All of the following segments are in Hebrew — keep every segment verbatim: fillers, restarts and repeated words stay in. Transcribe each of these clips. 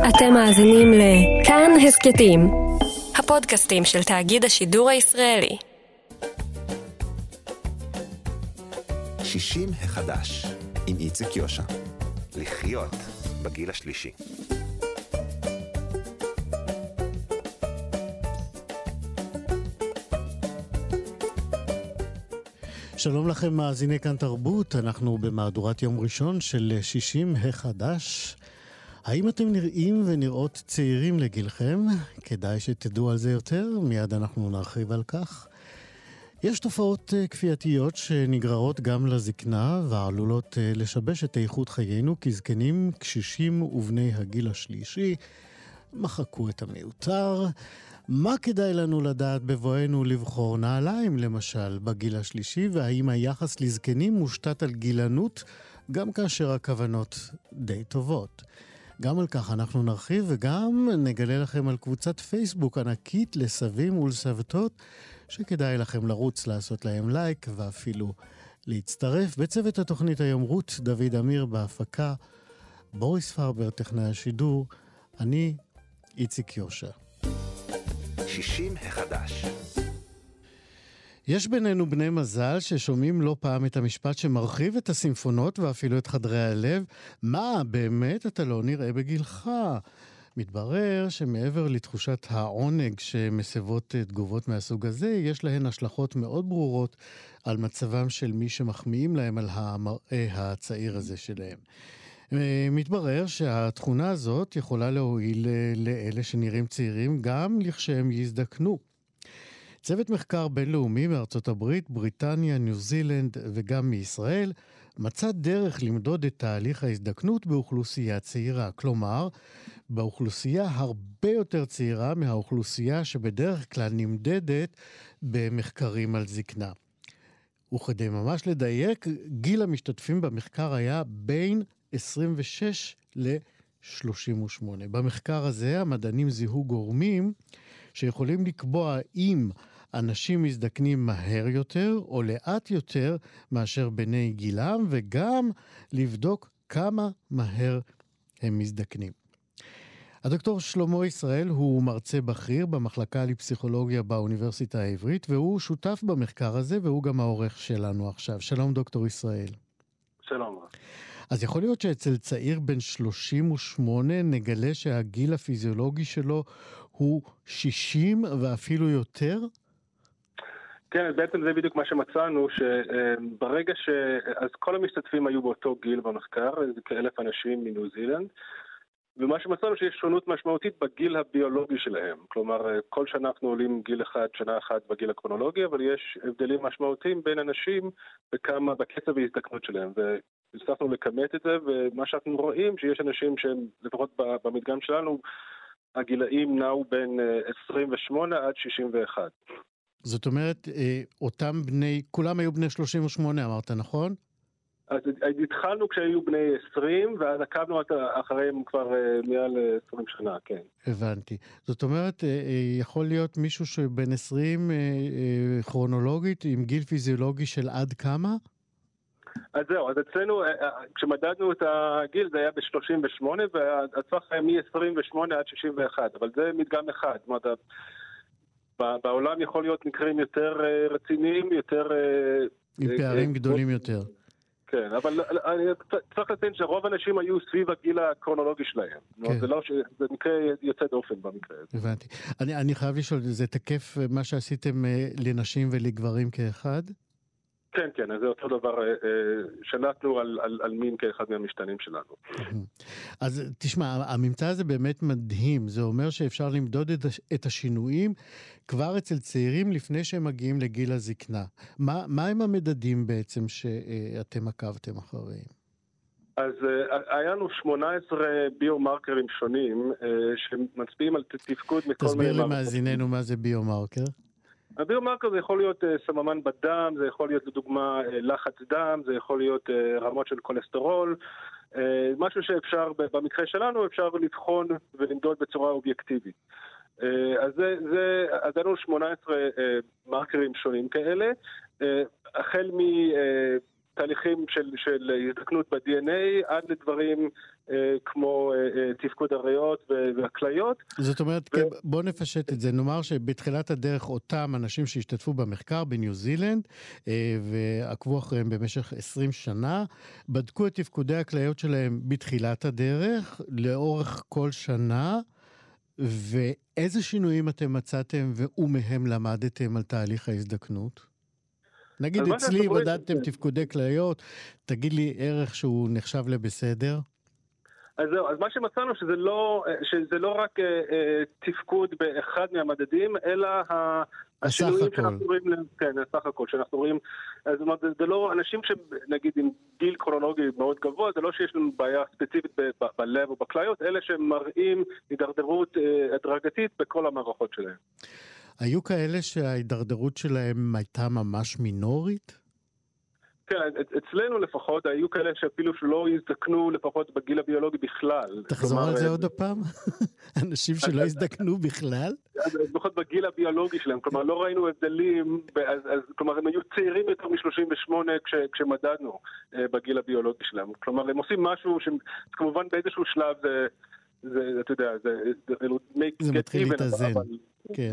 אתם מאזינים לכאן הסקטים, הפודקאסטים של תאגיד השידור הישראלי. שישים החדש, עם איציק יושע. לחיות בגיל השלישי. שלום לכם מאזיני כאן תרבות, אנחנו במהדורת יום ראשון של שישים החדש. האם אתם נראים ונראות צעירים לגילכם? כדאי שתדעו על זה יותר, מיד אנחנו נרחיב על כך. יש תופעות כפייתיות שנגררות גם לזקנה ועלולות לשבש את איכות חיינו כזקנים, קשישים ובני הגיל השלישי. מחקו את המיותר. מה כדאי לנו לדעת בבואנו לבחור נעליים, למשל, בגיל השלישי, והאם היחס לזקנים מושתת על גילנות, גם כאשר הכוונות די טובות. גם על כך אנחנו נרחיב, וגם נגלה לכם על קבוצת פייסבוק ענקית לסבים ולסבתות, שכדאי לכם לרוץ לעשות להם לייק, ואפילו להצטרף. בצוות התוכנית היום רות דוד אמיר בהפקה, בוריס פרבר טכנאי השידור, אני איציק יושע. שישים החדש. יש בינינו בני מזל ששומעים לא פעם את המשפט שמרחיב את הסימפונות ואפילו את חדרי הלב. מה, באמת אתה לא נראה בגילך? מתברר שמעבר לתחושת העונג שמסבות תגובות מהסוג הזה, יש להן השלכות מאוד ברורות על מצבם של מי שמחמיאים להם על המראה הצעיר הזה שלהם. מתברר שהתכונה הזאת יכולה להועיל לאלה שנראים צעירים גם לכשהם יזדקנו. צוות מחקר בינלאומי מארצות הברית, בריטניה, ניו זילנד וגם מישראל מצא דרך למדוד את תהליך ההזדקנות באוכלוסייה צעירה. כלומר, באוכלוסייה הרבה יותר צעירה מהאוכלוסייה שבדרך כלל נמדדת במחקרים על זקנה. וכדי ממש לדייק, גיל המשתתפים במחקר היה בין עשרים ושש ל-שלושים ושמונה. במחקר הזה המדענים זיהו גורמים שיכולים לקבוע אם אנשים מזדקנים מהר יותר או לאט יותר מאשר בני גילם, וגם לבדוק כמה מהר הם מזדקנים. הדוקטור שלמה ישראל הוא מרצה בכיר במחלקה לפסיכולוגיה באוניברסיטה העברית, והוא שותף במחקר הזה, והוא גם העורך שלנו עכשיו. שלום דוקטור ישראל. שלום. אז יכול להיות שאצל צעיר בן שלושים ושמונה נגלה שהגיל הפיזיולוגי שלו הוא שישים ואפילו יותר? כן, בעצם זה בדיוק מה שמצאנו, שברגע ש... אז כל המשתתפים היו באותו גיל במחקר, זה כאלף אנשים מניו זילנד, ומה שמצאנו שיש שונות משמעותית בגיל הביולוגי שלהם. כלומר, כל שנה אנחנו עולים גיל אחד, שנה אחת בגיל הקרונולוגי, אבל יש הבדלים משמעותיים בין אנשים בכמה, בקצב ההזדקנות שלהם. והצלחנו לכמת את זה, ומה שאנחנו רואים שיש אנשים שהם, לפחות במדגם שלנו, הגילאים נעו בין עשרים ושמונה עד שישים ואחת. זאת אומרת, אותם בני, כולם היו בני שלושים ושמונה, אמרת, נכון? אז התחלנו כשהיו בני עשרים, ואז עקבנו אחריהם כבר מעל עשרים שנה, כן. הבנתי. זאת אומרת, יכול להיות מישהו שבן עשרים כרונולוגית עם גיל פיזיולוגי של עד כמה? אז זהו, אז אצלנו, כשמדדנו את הגיל, זה היה ב-שלושים ושמונה, והטווח היה מ-עשרים ושמונה עד שישים ואחת, אבל זה מדגם אחד. זאת אומרת, בעולם יכול להיות מקרים יותר רציניים, יותר... עם פערים גדולים יותר. כן, אבל אני צריך לציין שרוב האנשים היו סביב הגיל הקרונולוגי שלהם. כן. זה לא ש... זה מקרה יוצא דופן במקרה הזה. הבנתי. אני, אני חייב לשאול, זה תקף מה שעשיתם לנשים ולגברים כאחד? כן, כן, אז זה אותו דבר, שלטנו על, על, על מין כאחד מהמשתנים שלנו. אז תשמע, הממצא הזה באמת מדהים. זה אומר שאפשר למדוד את, את השינויים כבר אצל צעירים לפני שהם מגיעים לגיל הזקנה. מה, מה הם המדדים בעצם שאתם עקבתם אחריהם? אז היה לנו שמונה עשרה ביומרקרים שונים שמצביעים על תפקוד מכל... תסביר למאזיננו מה זה ביומרקר. הביומרקר זה יכול להיות uh, סממן בדם, זה יכול להיות לדוגמה uh, לחץ דם, זה יכול להיות uh, רמות של קולסטרול, uh, משהו שאפשר, במקרה שלנו אפשר לבחון ולמדוד בצורה אובייקטיבית. Uh, אז זה, זה, אז לנו שמונה עשרה uh, מרקרים שונים כאלה, uh, החל מ... Uh, תהליכים של, של הזדקנות ב-די אן איי עד לדברים כמו תפקוד הריאות והכליות. זאת אומרת, ו... בוא נפשט את זה. נאמר שבתחילת הדרך אותם אנשים שהשתתפו במחקר בניו זילנד, ועקבו אחריהם במשך עשרים שנה, בדקו את תפקודי הכליות שלהם בתחילת הדרך, לאורך כל שנה, ואיזה שינויים אתם מצאתם ומהם למדתם על תהליך ההזדקנות? נגיד אצלי מדדתם תפקודי כליות, תגיד לי ערך שהוא נחשב לבסדר? אז זהו, אז מה שמצאנו שזה לא, שזה לא רק אה, תפקוד באחד מהמדדים, אלא השינויים שאנחנו רואים, כן, הסך הכל, שאנחנו רואים, אז זאת אומרת, זה לא, אנשים שנגיד עם גיל קרונולוגי מאוד גבוה, זה לא שיש לנו בעיה ספציפית ב- ב- בלב או בכליות, אלה שמראים הידרדרות אה, הדרגתית בכל המערכות שלהם. היו כאלה שההידרדרות שלהם הייתה ממש מינורית? כן, אצלנו לפחות, היו כאלה שאפילו שלא הזדקנו לפחות בגיל הביולוגי בכלל. תחזור על זה עוד הפעם? אנשים שלא הזדקנו בכלל? לפחות בגיל הביולוגי שלהם, כלומר לא ראינו הבדלים, כלומר הם היו צעירים יותר מ-שלושים ושמונה כשמדדנו בגיל הביולוגי שלהם. כלומר הם עושים משהו שכמובן באיזשהו שלב זה, אתה יודע, זה מתחיל להתאזן, כן.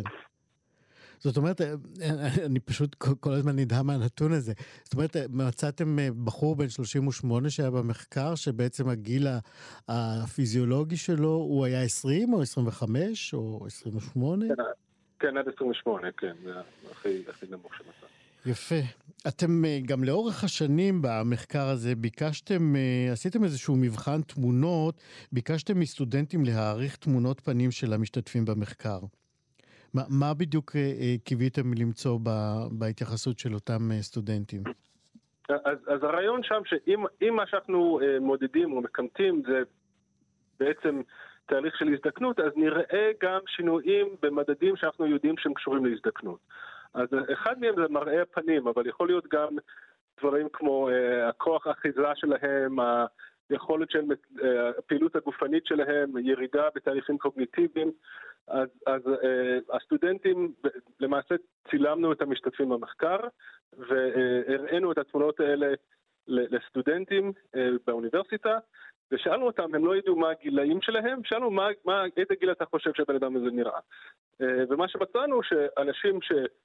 זאת אומרת, אני פשוט כל הזמן נדהם מהנתון הזה. זאת אומרת, מצאתם בחור בן שלושים ושמונה שהיה במחקר, שבעצם הגיל הפיזיולוגי שלו הוא היה עשרים או עשרים וחמש או עשרים ושמונה? כן, עד עשרים ושמונה, כן, זה הכי, הכי נמוך שמצא. יפה. אתם גם לאורך השנים במחקר הזה ביקשתם, עשיתם איזשהו מבחן תמונות, ביקשתם מסטודנטים להעריך תמונות פנים של המשתתפים במחקר. מה, מה בדיוק אה, קיוויתם למצוא ב, בהתייחסות של אותם אה, סטודנטים? אז, אז הרעיון שם שאם אם מה שאנחנו אה, מודדים או מקמתים זה בעצם תהליך של הזדקנות, אז נראה גם שינויים במדדים שאנחנו יודעים שהם קשורים להזדקנות. אז אחד מהם זה מראה הפנים, אבל יכול להיות גם דברים כמו אה, הכוח האחיזה שלהם, היכולת של אה, הפעילות הגופנית שלהם, ירידה בתהליכים קוגניטיביים. אז, אז uh, הסטודנטים, למעשה צילמנו את המשתתפים במחקר, והראינו את התמונות האלה לסטודנטים uh, באוניברסיטה, ושאלנו אותם, הם לא ידעו מה הגילאים שלהם, שאלנו מה, מה, איזה גיל אתה חושב שבן אדם הזה נראה. Uh, ומה שמצאנו, שאנשים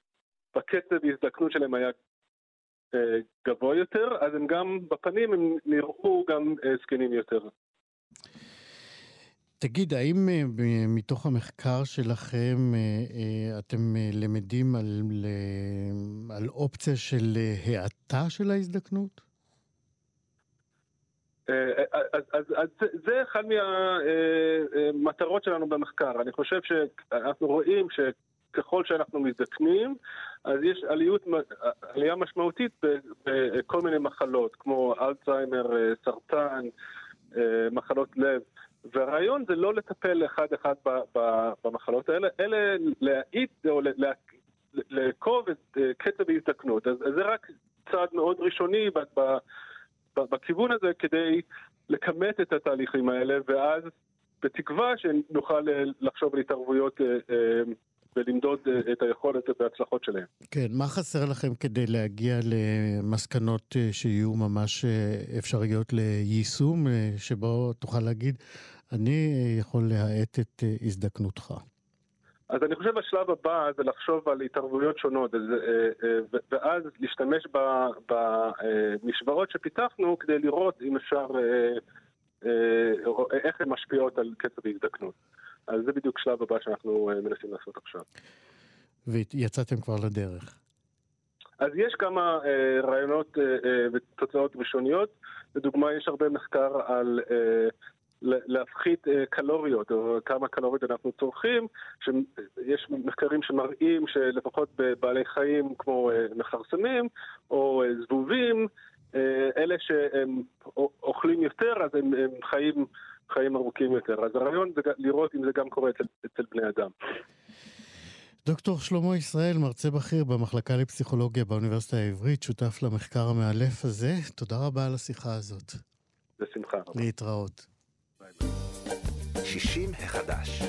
שבקצב ההזדקנות שלהם היה uh, גבוה יותר, אז הם גם בפנים הם נראו גם uh, זקנים יותר. תגיד, האם מתוך המחקר שלכם אתם למדים על, על אופציה של האטה של ההזדקנות? אז, אז, אז זה אחד מהמטרות שלנו במחקר. אני חושב שאנחנו רואים שככל שאנחנו מזדקנים, אז יש עליות, עלייה משמעותית בכל מיני מחלות, כמו אלצהיימר, סרטן, מחלות לב. והרעיון זה לא לטפל אחד אחד במחלות האלה, אלא להאיט או לעקוב את קצב ההזדקנות. אז זה רק צעד מאוד ראשוני בכיוון הזה כדי לכמת את התהליכים האלה, ואז בתקווה שנוכל לחשוב על התערבויות ולמדוד את היכולת וההצלחות שלהם. כן, מה חסר לכם כדי להגיע למסקנות שיהיו ממש אפשריות ליישום, שבו תוכל להגיד, אני יכול להאט את הזדקנותך? אז אני חושב השלב הבא זה לחשוב על התערבויות שונות, ואז להשתמש במשוואות שפיתחנו כדי לראות אם אפשר, איך הן משפיעות על קצב ההזדקנות. אז זה בדיוק שלב הבא שאנחנו מנסים לעשות עכשיו. ויצאתם כבר לדרך. אז יש כמה אה, רעיונות אה, אה, ותוצאות ראשוניות. לדוגמה, יש הרבה מחקר על אה, להפחית אה, קלוריות, או כמה קלוריות אנחנו צורכים. שיש מחקרים שמראים שלפחות בבעלי חיים כמו אה, מחרסמים או אה, זבובים, אה, אלה שהם אוכלים יותר, אז הם, הם חיים... חיים ארוכים יותר. אז הרעיון זה לראות אם זה גם קורה אצל, אצל בני אדם. דוקטור שלמה ישראל, מרצה בכיר במחלקה לפסיכולוגיה באוניברסיטה העברית, שותף למחקר המאלף הזה. תודה רבה על השיחה הזאת. בשמחה. להתראות. ביי ביי. שישים החדש.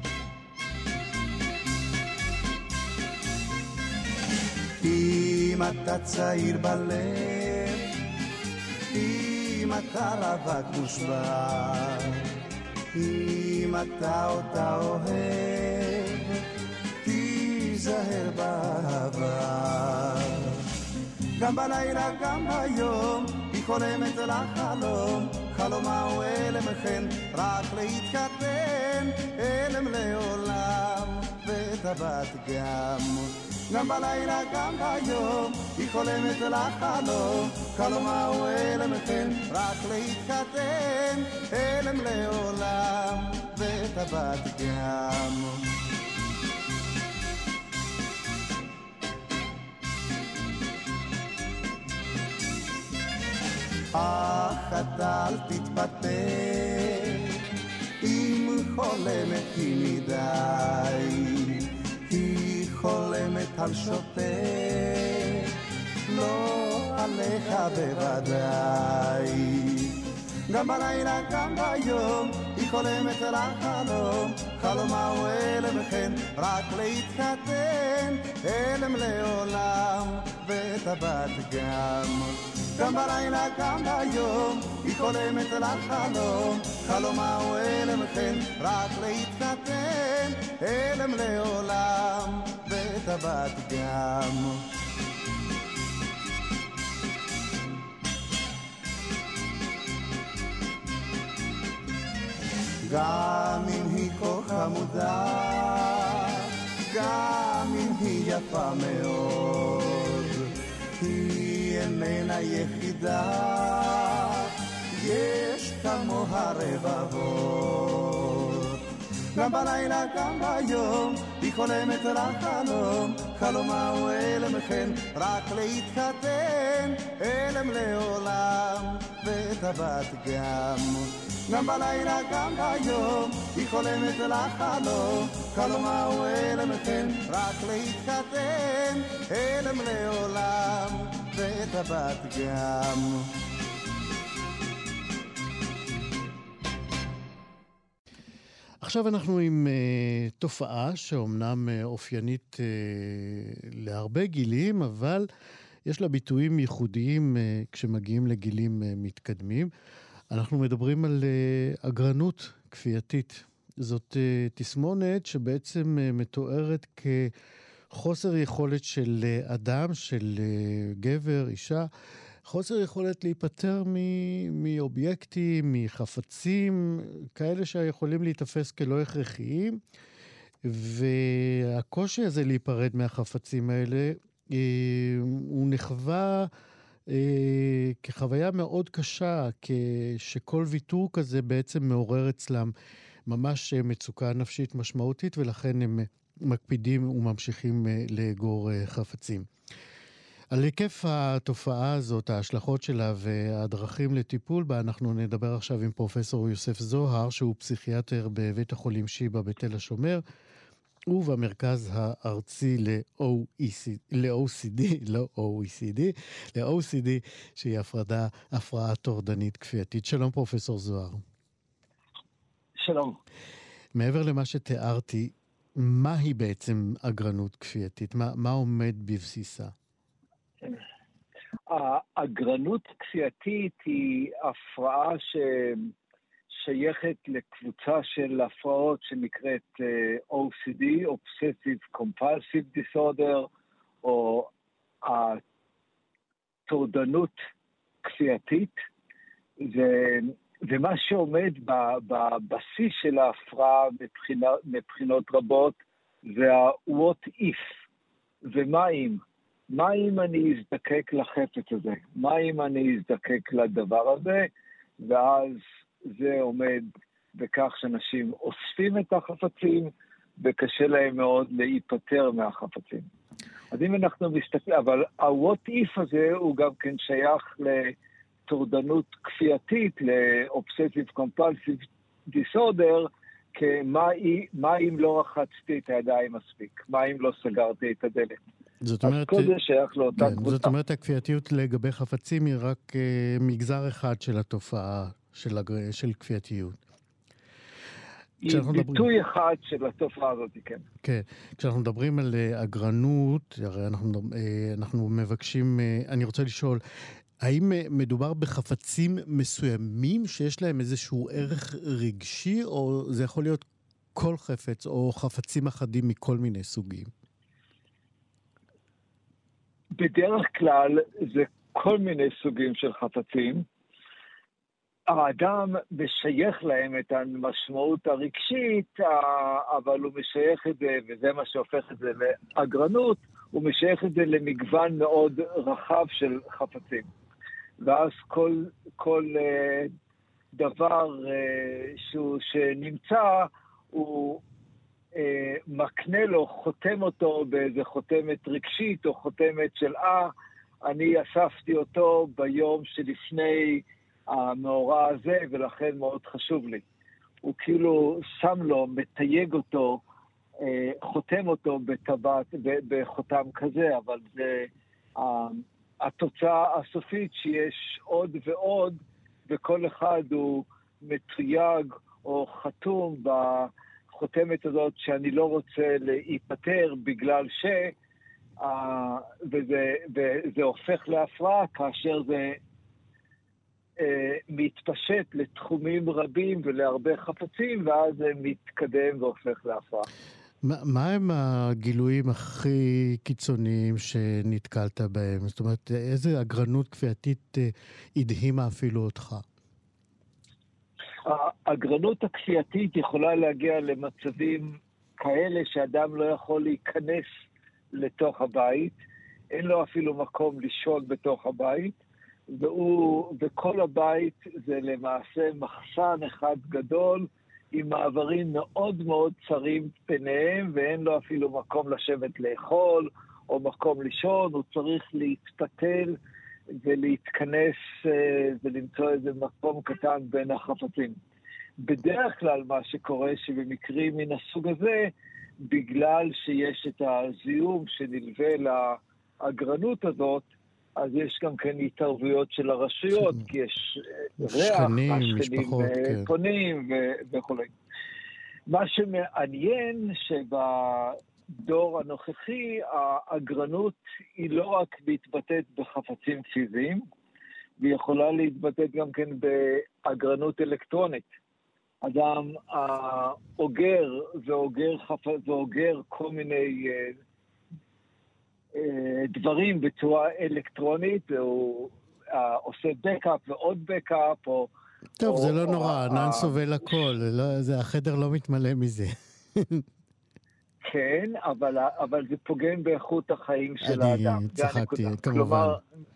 אם אתה צעיר בלב, אם אתה רווק מושבע, אם אתה אותה אוהב, תיזהר בעבר. גם בלילה גם ביום היא חולמת לחלום, חלומה הוא אלם וכן רק להתחתן, אלם לעולם וטבת גם. גם בלילה גם ביום היא חולמת לחלום, חלומה הוא אלם וכן רק להתחתן, אלם לעולם וטבת גם. אך אתה אל תתפתה, אם חולמת היא מדי, היא חולמת על שוטה, לא עליך בוודאי. גם בלילה גם ביום היא חולמת לחלום, חלומה הוא אלם וכן רק להתחתן, אלם לעולם וטבת גם. גם בלילה גם ביום היא חולמת לחלום, חלומה הוא אלם וכן רק להתחתן, אלם לעולם וטבת גם. גם אם היא כה חמודה, גם אם היא יפה מאוד, היא איננה יחידה, יש כמוה רבבות. גם בלילה גם ביום היא חולמת לחלום, חלומה הוא אלם וכן רק להתחתן, אלם לעולם וטבת גם. גם בלילה גם ביום היא חולמת לחלום, חלומה הוא אלם וכן רק להתחתן, אלם לעולם וטבת גם. עכשיו אנחנו עם uh, תופעה שאומנם uh, אופיינית uh, להרבה גילים, אבל יש לה ביטויים ייחודיים uh, כשמגיעים לגילים uh, מתקדמים. אנחנו מדברים על uh, אגרנות כפייתית. זאת uh, תסמונת שבעצם uh, מתוארת כחוסר יכולת של uh, אדם, של uh, גבר, אישה, חוסר יכולת להיפטר מ- מאובייקטים, מחפצים, כאלה שיכולים להתאפס כלא הכרחיים, והקושי הזה להיפרד מהחפצים האלה, uh, הוא נחווה אה, כחוויה מאוד קשה, כשכל ויתור כזה בעצם מעורר אצלם ממש מצוקה נפשית משמעותית, ולכן הם מקפידים וממשיכים אה, לאגור אה, חפצים. על היקף התופעה הזאת, ההשלכות שלה והדרכים לטיפול בה, אנחנו נדבר עכשיו עם פרופסור יוסף זוהר, שהוא פסיכיאטר בבית החולים שיבא בתל השומר, ובמרכז הארצי ל-או סי די, לא או אי סי די, ל-או סי די, שהיא הפרדה, הפרעה טורדנית כפייתית. שלום פרופסור זוהר. שלום. מעבר למה שתיארתי, מהי בעצם אגרנות כפייתית? מה, מה עומד בבסיסה? האגרנות כפייתית היא הפרעה ששייכת לקבוצה של הפרעות שנקראת או סי די, Obsessive Compulsive Disorder, או הטורדנות כפייתית. זה, ומה שעומד בבסיס של ההפרעה מבחינה, מבחינות רבות זה ה-what if, ומה אם. מה אם אני אזדקק לחפץ הזה? מה אם אני אזדקק לדבר הזה? ואז זה עומד בכך שאנשים אוספים את החפצים, וקשה להם מאוד להיפטר מהחפצים. אז אם אנחנו מסתכלים, אבל ה-what if הזה הוא גם כן שייך לטורדנות כפייתית, ל-Obsessive Compulsive Disorder, כמה אם לא רחצתי את הידיים מספיק? מה אם לא סגרתי את הדלת? זאת אומרת, אז כל זה שייך לאותה כן, קבוצה. זאת אומרת, הכפייתיות לגבי חפצים היא רק uh, מגזר אחד של התופעה של, של כפייתיות. היא ביטוי אחד של התופעה הזאת, כן. כן, כשאנחנו מדברים על אגרנות, הרי אנחנו, אנחנו מבקשים, אני רוצה לשאול, האם מדובר בחפצים מסוימים שיש להם איזשהו ערך רגשי, או זה יכול להיות כל חפץ, או חפצים אחדים מכל מיני סוגים? בדרך כלל זה כל מיני סוגים של חפצים. האדם משייך להם את המשמעות הרגשית, אבל הוא משייך את זה, וזה מה שהופך את זה לאגרנות, הוא משייך את זה למגוון מאוד רחב של חפצים. ואז כל, כל uh, דבר uh, שהוא, שנמצא, הוא uh, מקנה לו, חותם אותו באיזה חותמת רגשית, או חותמת של אה, אני אספתי אותו ביום שלפני המאורע הזה, ולכן מאוד חשוב לי. הוא כאילו שם לו, מתייג אותו, uh, חותם אותו בטבעת, בחותם כזה, אבל זה... Uh, התוצאה הסופית שיש עוד ועוד, וכל אחד הוא מתויג או חתום בחותמת הזאת שאני לא רוצה להיפטר בגלל ש... וזה, וזה הופך להפרעה כאשר זה אה, מתפשט לתחומים רבים ולהרבה חפצים, ואז זה מתקדם והופך להפרעה. מה הם הגילויים הכי קיצוניים שנתקלת בהם? זאת אומרת, איזה אגרנות כפייתית הדהימה אפילו אותך? האגרנות הכפייתית יכולה להגיע למצבים כאלה שאדם לא יכול להיכנס לתוך הבית, אין לו אפילו מקום לישון בתוך הבית, והוא, וכל הבית זה למעשה מחסן אחד גדול, עם מעברים מאוד מאוד צרים ביניהם, ואין לו אפילו מקום לשבת לאכול, או מקום לישון, הוא צריך להתפתל ולהתכנס ולמצוא איזה מקום קטן בין החפצים. בדרך כלל מה שקורה שבמקרים מן הסוג הזה, בגלל שיש את הזיהום שנלווה לאגרנות הזאת, אז יש גם כן התערבויות של הרשויות, כי יש ריח, השכנים פונים וכו'. מה שמעניין שבדור הנוכחי, האגרנות היא לא רק להתבטאת בחפצים פיזיים, והיא יכולה להתבטאת גם כן באגרנות אלקטרונית. אדם האוגר ואוגר, ואוגר כל מיני דברים בצורה אלקטרונית, הוא עושה בקאפ ועוד בקאפ, או... טוב, זה לא נורא, ענן סובל הכל, החדר לא מתמלא מזה. כן, אבל זה פוגם באיכות החיים של האדם. אני צחקתי, כמובן.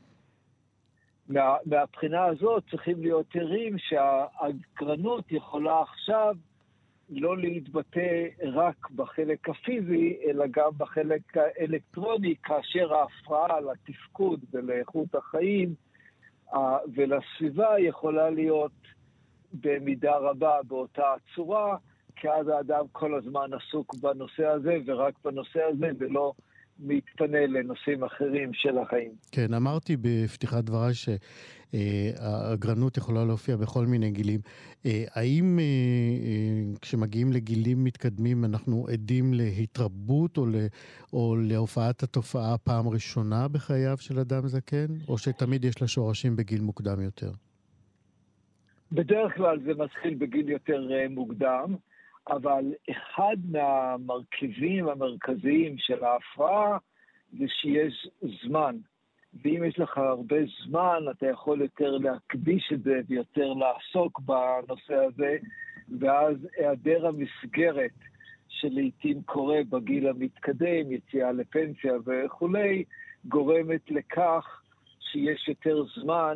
מהבחינה הזאת צריכים להיות ערים שהאגרנות יכולה עכשיו לא להתבטא רק בחלק הפיזי, אלא גם בחלק האלקטרוני, כאשר ההפרעה לתפקוד ולאיכות החיים ולסביבה יכולה להיות במידה רבה באותה צורה, כי אז האדם כל הזמן עסוק בנושא הזה ורק בנושא הזה, ולא מתפנה לנושאים אחרים של החיים. כן, אמרתי בפתיחת דבריי שהאגרנות יכולה להופיע בכל מיני גילים. האם כשמגיעים לגילים מתקדמים אנחנו עדים להתרבות או, או להופעת התופעה פעם ראשונה בחייו של אדם זקן, או שתמיד יש לה שורשים בגיל מוקדם יותר? בדרך כלל זה מתחיל בגיל יותר מוקדם, אבל אחד מהמרכיבים המרכזיים של ההפרעה זה שיש זמן. ואם יש לך הרבה זמן, אתה יכול יותר להקדיש את זה ויותר לעסוק בנושא הזה, ואז היעדר המסגרת שלעיתים קורה בגיל המתקדם, יציאה לפנסיה וכו', גורמת לכך שיש יותר זמן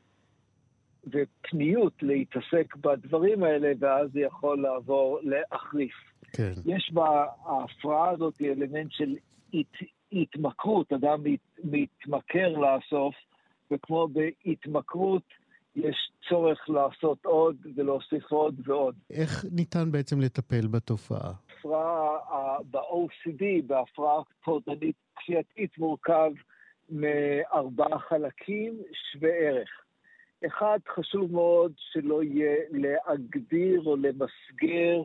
ופניות להתעסק בדברים האלה, ואז זה יכול לעבור להחריף. כן. יש בהפרעה הזאת אלמנט של הת, התמכרות, אדם מת, מתמכר לאסוף, וכמו בהתמכרות יש צורך לעשות עוד ולהוסיף עוד ועוד. איך ניתן בעצם לטפל בתופעה? ההפרעה ב-או סי די, בהפרעה טורדנית כפייתית, מורכב מארבעה חלקים שווה ערך. אחד, חשוב מאוד שלא יהיה להגדיר או למסגר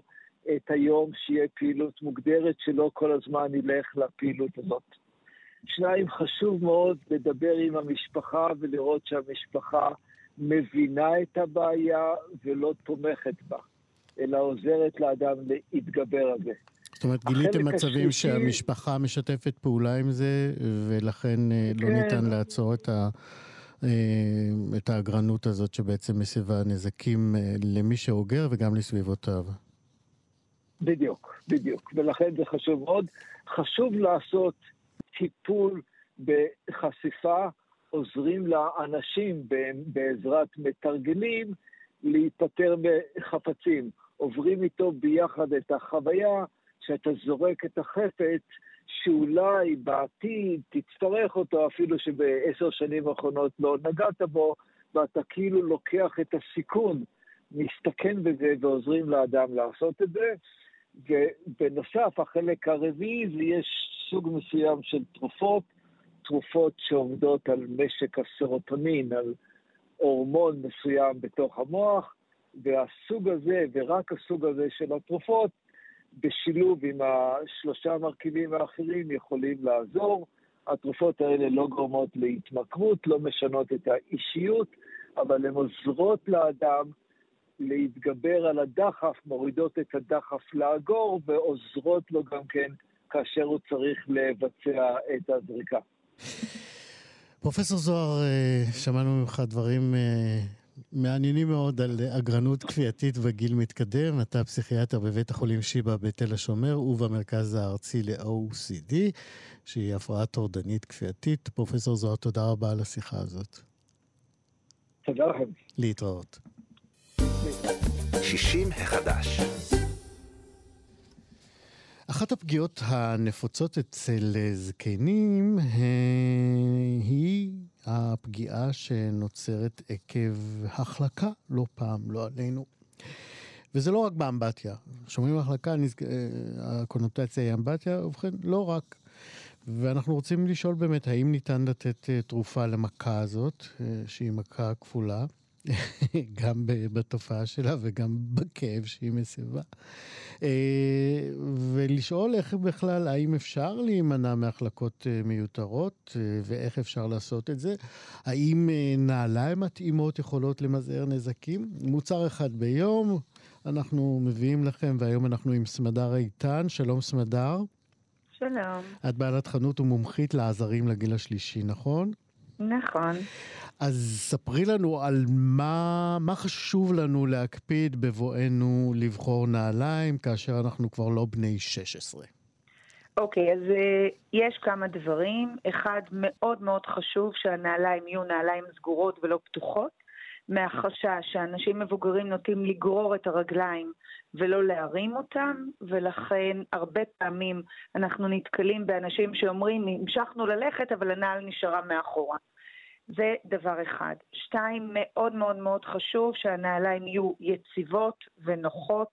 את היום שיהיה פעילות מוגדרת, שלא כל הזמן נלך לפעילות הזאת. שניים, חשוב מאוד לדבר עם המשפחה ולראות שהמשפחה מבינה את הבעיה ולא תומכת בה, אלא עוזרת לאדם להתגבר על זה. זאת אומרת, גיליתם מצבים שהמשפחה משתפת פעולה עם זה, ולכן לא ניתן לעצור את ה... את האגרנות הזאת שבעצם מסבה נזקים למי שאוגר וגם לסביבותיו. בדיוק, בדיוק. ולכן זה חשוב מאוד. חשוב לעשות טיפול בחשיפה, עוזרים לאנשים בעזרת מתרגלים להיפטר מחפצים. עוברים איתו ביחד את החוויה שאתה זורק את החפץ, שאולי בעתיד תצטרך אותו, אפילו שבעשר שנים האחרונות לא נגעת בו, ואתה כאילו לוקח את הסיכון, מסתכן בזה ועוזרים לאדם לעשות את זה. ובנוסף, החלק הרביעי, זה יש סוג מסוים של תרופות, תרופות שעומדות על משק הסרוטונין, על הורמון מסוים בתוך המוח, והסוג הזה, ורק הסוג הזה של התרופות, בשילוב עם השלושה המרכיבים האחרים יכולים לעזור. התרופות האלה לא גורמות להתמכרות, לא משנות את האישיות, אבל הן עוזרות לאדם להתגבר על הדחף, מורידות את הדחף לאגור, ועוזרות לו גם כן כאשר הוא צריך לבצע את הזריקה. פרופסור זוהר, שמענו ממך דברים מעניינים מאוד על אגרנות כפייתית בגיל מתקדם. אתה פסיכיאטר בבית החולים שיבא בתל השומר ובמרכז הארצי ל-או סי די, שהיא הפרעה טורדנית כפייתית. פרופסור זוהר, תודה רבה על השיחה הזאת. תודה לכם. להתראות. שישים החדש. אחת הפגיעות הנפוצות אצל זקנים היא הפגיעה שנוצרת עקב החלקה, לא פעם, לא עלינו. וזה לא רק באמבטיה. שומעים החלקה, הקונוטציה היא אמבטיה, ובכן, לא רק. ואנחנו רוצים לשאול באמת, האם ניתן לתת תרופה למכה הזאת, שהיא מכה כפולה, גם בתופעה שלה וגם בכאב שהיא מסבה. ולשאול איך בכלל, האם אפשר להימנע מהחלקות מיותרות, ואיך אפשר לעשות את זה? האם נעליים מתאימות יכולות למזער נזקים? מוצר אחד ביום אנחנו מביאים לכם, והיום אנחנו עם סמדר איתן. שלום סמדר. שלום. את בעלת חנות ומומחית לעזרים לגיל השלישי, נכון? נכון. אז ספרי לנו על מה, מה חשוב לנו להקפיד בבואנו לבחור נעליים, כאשר אנחנו כבר לא בני שש עשרה. אוקיי, אז uh, יש כמה דברים. אחד, מאוד מאוד חשוב שהנעליים יהיו נעליים סגורות ולא פתוחות, מהחשש שאנשים מבוגרים נוטים לגרור את הרגליים ולא להרים אותם, ולכן הרבה פעמים אנחנו נתקלים באנשים שאומרים, המשכנו ללכת אבל הנעל נשארה מאחורה. זה דבר אחד. שתיים, מאוד מאוד מאוד חשוב שהנעליים יהיו יציבות ונוחות.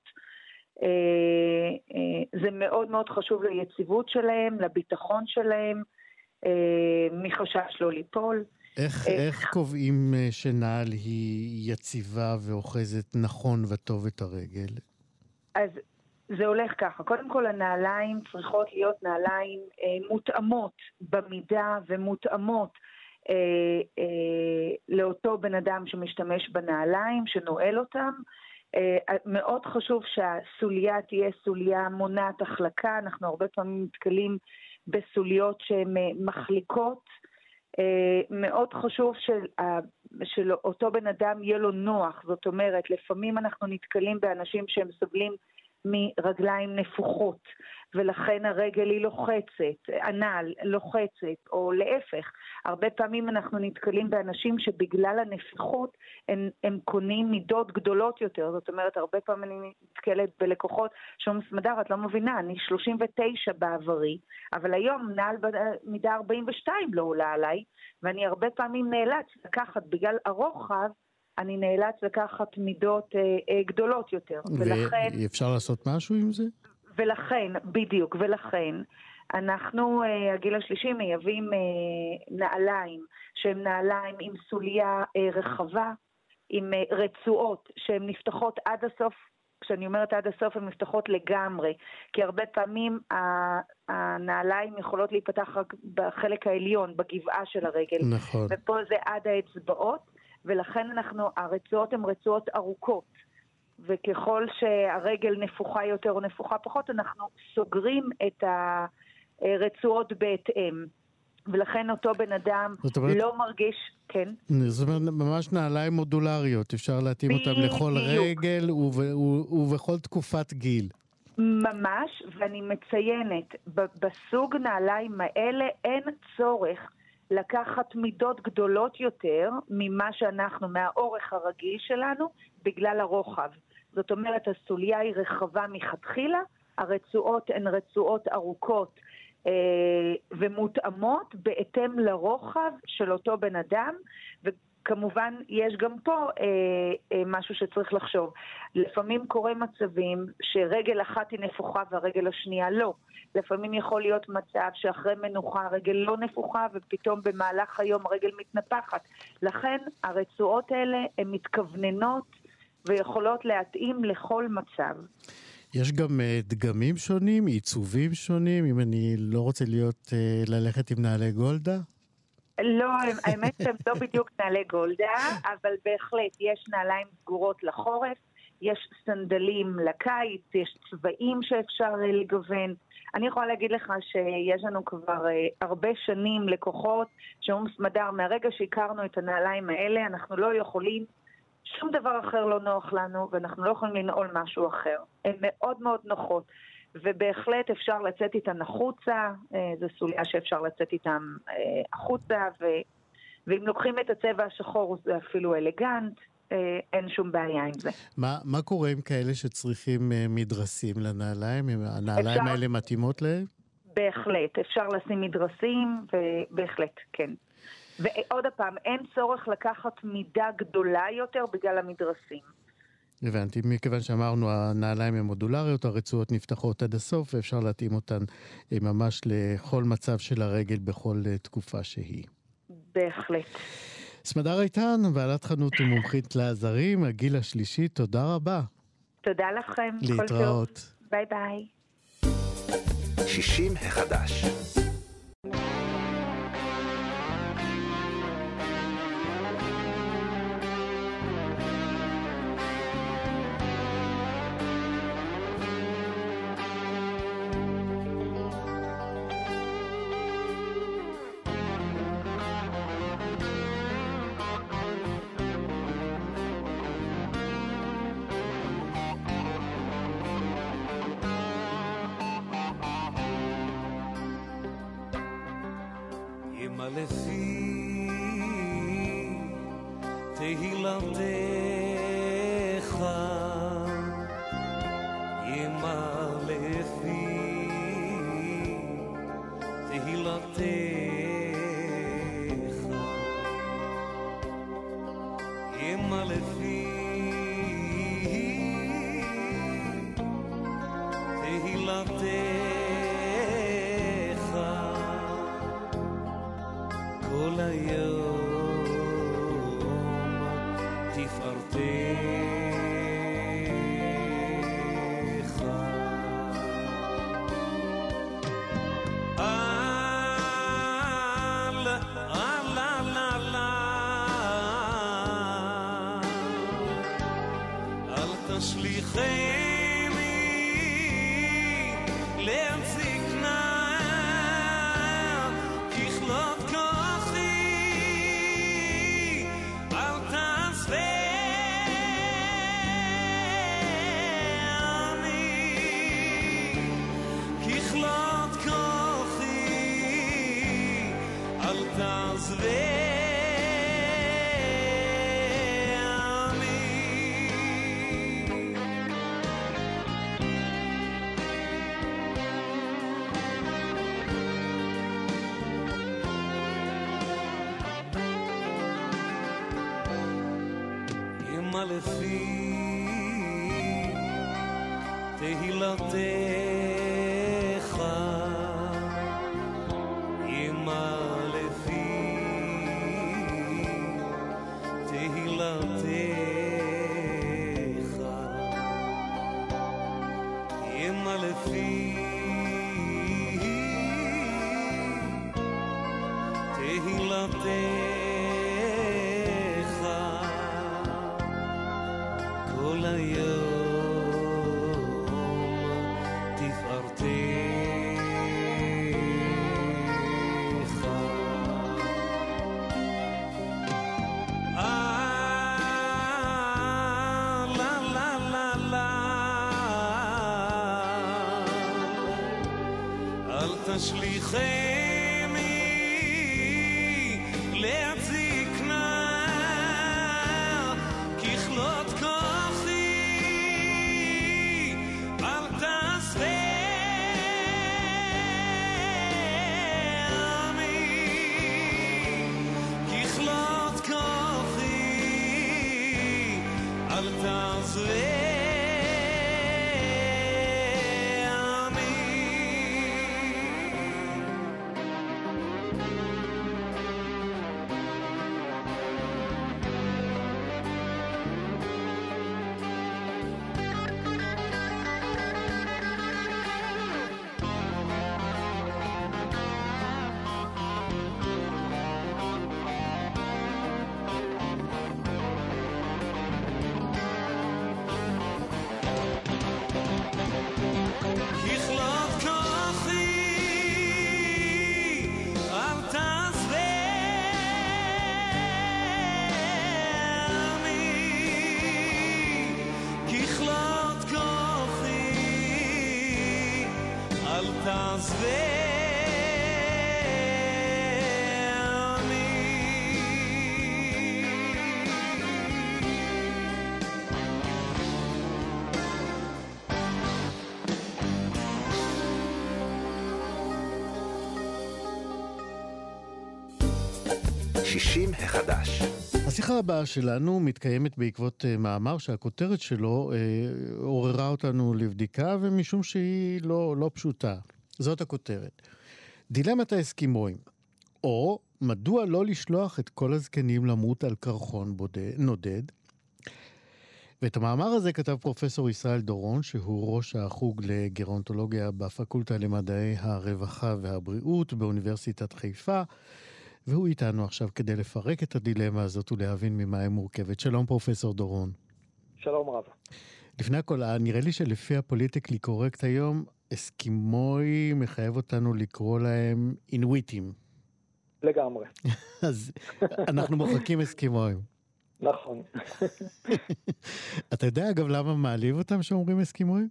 זה מאוד מאוד חשוב ליציבות שלהם, לביטחון שלהם, מחשש לא ליפול. איך, איך קובעים שנעל היא יציבה ואוחזת נכון וטוב את הרגל? אז זה הולך ככה. קודם כל, הנעליים צריכות להיות נעליים מותאמות במידה ומותאמות אה, אה, לאותו בן אדם שמשתמש בנעליים, שנועל אותם. אה, מאוד חשוב שהסוליה תהיה סוליה מונעת החלקה. אנחנו הרבה פעמים מתקלים בסוליות שהן מחליקות. אה, מאוד חשוב של, שלאותו בן אדם יהיה לו נוח. זאת אומרת, לפעמים אנחנו נתקלים באנשים שהם סובלים מרגליים נפוחות, ולכן הרגל היא לוחצת, הנעל לוחצת, או להפך. הרבה פעמים אנחנו נתקלים באנשים שבגלל הנפיחות הם, הם קונים מידות גדולות יותר. זאת אומרת, הרבה פעמים אני נתקלת בלקוחות שאומרים, סמדר, את לא מבינה, אני שלושים ותשע בעברי, אבל היום נעל מידה ארבעים ושתיים לא עולה עליי, ואני הרבה פעמים נאלץ לקחת בגלל הרוחב, אני נאלץ לקחת מידות אה, אה, גדולות יותר. ולכן, ואפשר לעשות משהו עם זה? ולכן, בדיוק, ולכן, אנחנו, אה, הגיל השלישי, מייבאים אה, נעליים, שהן נעליים עם סוליה אה, רחבה, עם אה, רצועות, שהן נפתחות עד הסוף כשאני אומרת עד הסוף, הן נפתחות לגמרי, כי הרבה פעמים הנעליים יכולות להיפתח רק בחלק העליון, בגבעה של הרגל. נכון. ופה זה עד האצבעות, ולכן אנחנו, הרצועות הן רצועות ארוכות. וככל שהרגל נפוחה יותר או נפוחה פחות, אנחנו סוגרים את הרצועות בהתאם. ולכן אותו בן אדם אומרת, לא מרגיש, כן. זאת אומרת, ממש נעליים מודולריות, אפשר להתאים אותם לכל רגל וב, ובכל תקופת גיל. ממש, ואני מציינת, בסוג נעליים האלה אין צורך לקחת מידות גדולות יותר ממה שאנחנו, מהאורך הרגיל שלנו, בגלל הרוחב. זאת אומרת, הסוליה היא רחבה מתחילה, הרצועות הן רצועות ארוכות, ומותאמות בהתאם לרוחב של אותו בן אדם, וכמובן יש גם פה משהו שצריך לחשוב. לפעמים קורה מצבים שרגל אחת היא נפוחה והרגל השנייה לא. לפעמים יכול להיות מצב שאחרי מנוחה הרגל לא נפוחה ופתאום במהלך היום הרגל מתנפחת. לכן הרצועות האלה הן מתכווננות ויכולות להתאים לכל מצב. יש גם uh, דגמים שונים, עיצובים שונים, אם אני לא רוצה להיות, uh, ללכת עם נעלי גולדה? לא, האמת שהם לא בדיוק נעלי גולדה, אבל בהחלט יש נעליים סגורות לחורף, יש סנדלים לקיץ, יש צבעים שאפשר לגוון. אני יכולה להגיד לך שיש לנו כבר uh, הרבה שנים לקוחות, שאומרים סמדר, מהרגע שהכרנו את הנעליים האלה, אנחנו לא יכולים, שום דבר אחר לא נוח לנו, ואנחנו לא יכולים לנעול משהו אחר. הן מאוד מאוד נוחות, ובהחלט אפשר לצאת איתן החוצה, זו סוליה שאפשר לצאת איתן החוצה, ו... ואם לוקחים את הצבע השחור זה אפילו אלגנט, אין שום בעיה עם זה. מה, מה קורה עם כאלה שצריכים מדרסים לנעליים? הנעליים אפשר... האלה מתאימות להם? בהחלט, אפשר לשים מדרסים, ובהחלט, כן. ועוד הפעם, אין צורך לקחת מידה גדולה יותר בגלל המדרסים. הבנתי, מכיוון שאמרנו, הנעליים הן מודולריות, הרצועות נפתחות עד הסוף, ואפשר להתאים אותן ממש לכל מצב של הרגל בכל תקופה שהיא. בהחלט. סמדר איתן, בעלת חנות ומומחית לעזרים, הגיל השלישי, תודה רבה. תודה לכם. להתראות. ביי ביי. שישים החדש. לפי תהילתך ימה לפי תהילתך ימה לפי תהילתך כל היום תפארתך על על על על אל תשליכני לזקנה ככלות ימה לפי תהילתך ימה לפי תהילתך שישים החדש. השיחה הבאה שלנו מתקיימת בעקבות מאמר שהכותרת שלו אה, עוררה אותנו לבדיקה, ומשום שהיא לא, לא פשוטה. זאת הכותרת. דילמת האסקימואים, או מדוע לא לשלוח את כל הזקנים למות על קרחון בודד, נודד. ואת המאמר הזה כתב פרופסור ישראל דורון, שהוא ראש החוג לגרונטולוגיה בפקולטה למדעי הרווחה והבריאות באוניברסיטת חיפה, והוא איתנו עכשיו כדי לפרק את הדילמה הזאת ולהבין ממה היא מורכבת. שלום פרופסור דורון. שלום רב. לפני הכל, נראה לי שלפי הפוליטיקלי קורקט היום, אסקימוי מחייב אותנו לקרוא להם אינוויטים. לגמרי. אז אנחנו מוחקים אסקימואים. נכון. אתה יודע אגב למה מעליב אותם שאומרים אסקימואים?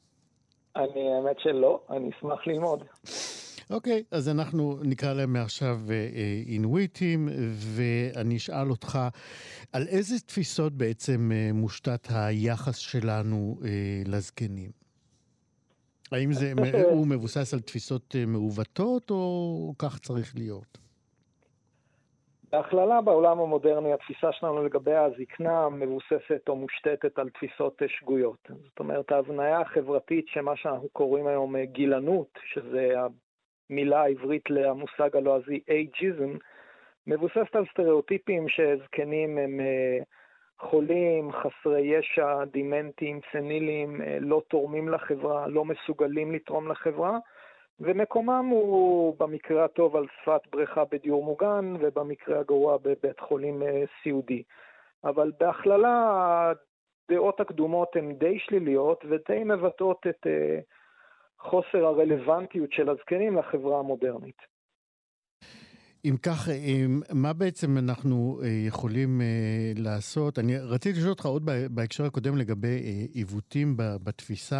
אני האמת שלא, אני אשמח ללמוד. אוקיי, okay, אז אנחנו נקרא להם מעכשיו אינוויטים, ואני אשאל אותך, על איזה תפיסות בעצם מושתת היחס שלנו לזקנים? האם זה, הוא מבוסס על תפיסות מעוותות, או כך צריך להיות? בהכללה בעולם המודרני, התפיסה שלנו לגבי הזקנה מבוססת או מושתתת על תפיסות שגויות. זאת אומרת, ההבניה החברתית שמה שאנחנו קוראים היום גילנות, שזה המילה העברית למושג הלועזי אייג'יזם, מבוססת על סטריאוטיפים שזקנים הם חולים, חסרי ישע, דימנטים, סנילים, לא תורמים לחברה, לא מסוגלים לתרום לחברה, ומקומם הוא במקרה הטוב על שפת בריכה בדיור מוגן, ובמקרה הגרוע בבית חולים סיעודי. אבל בהכללה הדעות הקדומות הן די שליליות, ודי מבטאות את חוסר הרלוונטיות של הזקנים לחברה המודרנית. אם כך, מה בעצם אנחנו יכולים לעשות? אני רציתי לשאול אותך עוד בהקשר הקודם לגבי עיוותים בתפיסה.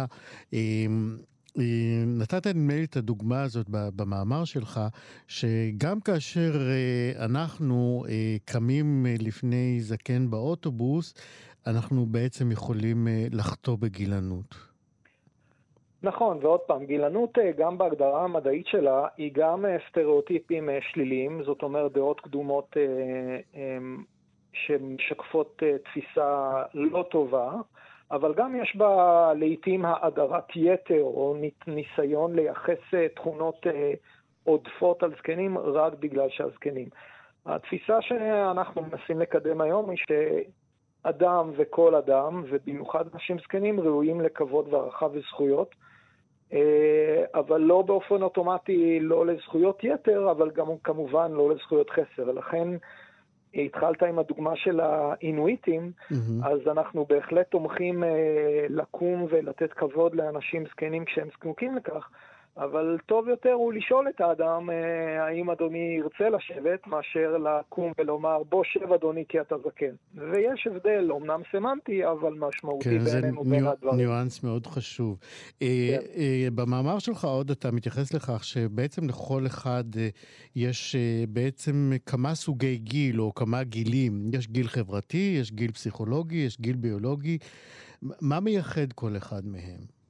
נתת נדמה לי את הדוגמה הזאת במאמר שלך, שגם כאשר אנחנו קמים לפני זקן באוטובוס, אנחנו בעצם יכולים לחטוא בגילנות. נכון, ועוד פעם, גילנות גם בהגדרה המדעית שלה היא גם סטריאוטיפים שליליים, זאת אומרת דעות קדומות שמשקפות תפיסה לא טובה, אבל גם יש בה לעתים האדרת יתר או ניסיון לייחס תכונות עודפות על זקנים רק בגלל שהזקנים. התפיסה שאנחנו מנסים לקדם היום היא שאדם וכל אדם, ובמיוחד אנשים זקנים, ראויים לכבוד והערכה וזכויות, אבל לא באופן אוטומטי לא לזכויות יתר, אבל גם כמובן לא לזכויות חסר. ולכן התחלת עם הדוגמה של האינואיטים, mm-hmm. אז אנחנו בהחלט תומכים אה, לקום ולתת כבוד לאנשים זקנים כשהם זקוקים לכך, אבל טוב יותר הוא לשאול את האדם אה, האם אדוני ירצה לשבת, מאשר לקום ולומר בוא שב אדוני כי אתה זקן. ויש הבדל, אומנם סמנטי, אבל משמעותי כן, בינינו בין ניו, הדברים. זה ניואנס מאוד חשוב. כן. אה, אה, במאמר שלך עוד אתה מתייחס לכך שבעצם לכל אחד אה, יש אה, בעצם כמה סוגי גיל או כמה גילים. יש גיל חברתי, יש גיל פסיכולוגי, יש גיל ביולוגי. מה מייחד כל אחד מהם?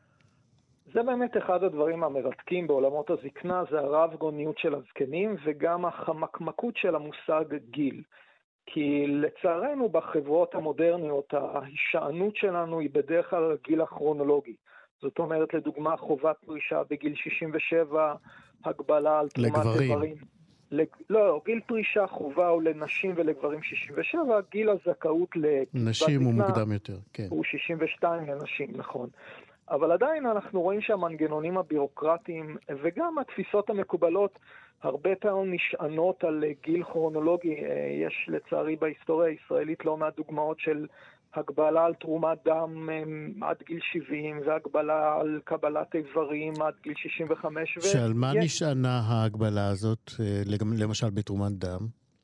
זה באמת אחד הדברים המרתקים בעולמות הזקנה, זה הרב גוניות של הזקנים וגם החמקמקות של המושג גיל. כי לצערנו בחברות המודרניות ההישענות שלנו היא בדרך כלל הגיל הכרונולוגי. זאת אומרת לדוגמה חובת פרישה בגיל שישים ושבע, הגבלה על תרומת איברים. לג... לא, גיל פרישה חובה הוא לנשים ולגברים שישים ושבע, גיל הזכאות לנשים הוא מוקדם יותר, כן. הוא שישים ושתיים לנשים, נכון. אבל עדיין אנחנו רואים שהמנגנונים הבירוקרטיים וגם התפיסות המקובלות הרבה פעמים נשענות על גיל כרונולוגי. יש לצערי בהיסטוריה הישראלית לא מעט דוגמאות של הגבלה על תרומת דם עד גיל שבעים והגבלה על קבלת איברים עד גיל שישים וחמש. שעל מה ויש... נשענה ההגבלה הזאת, למשל בתרומת דם?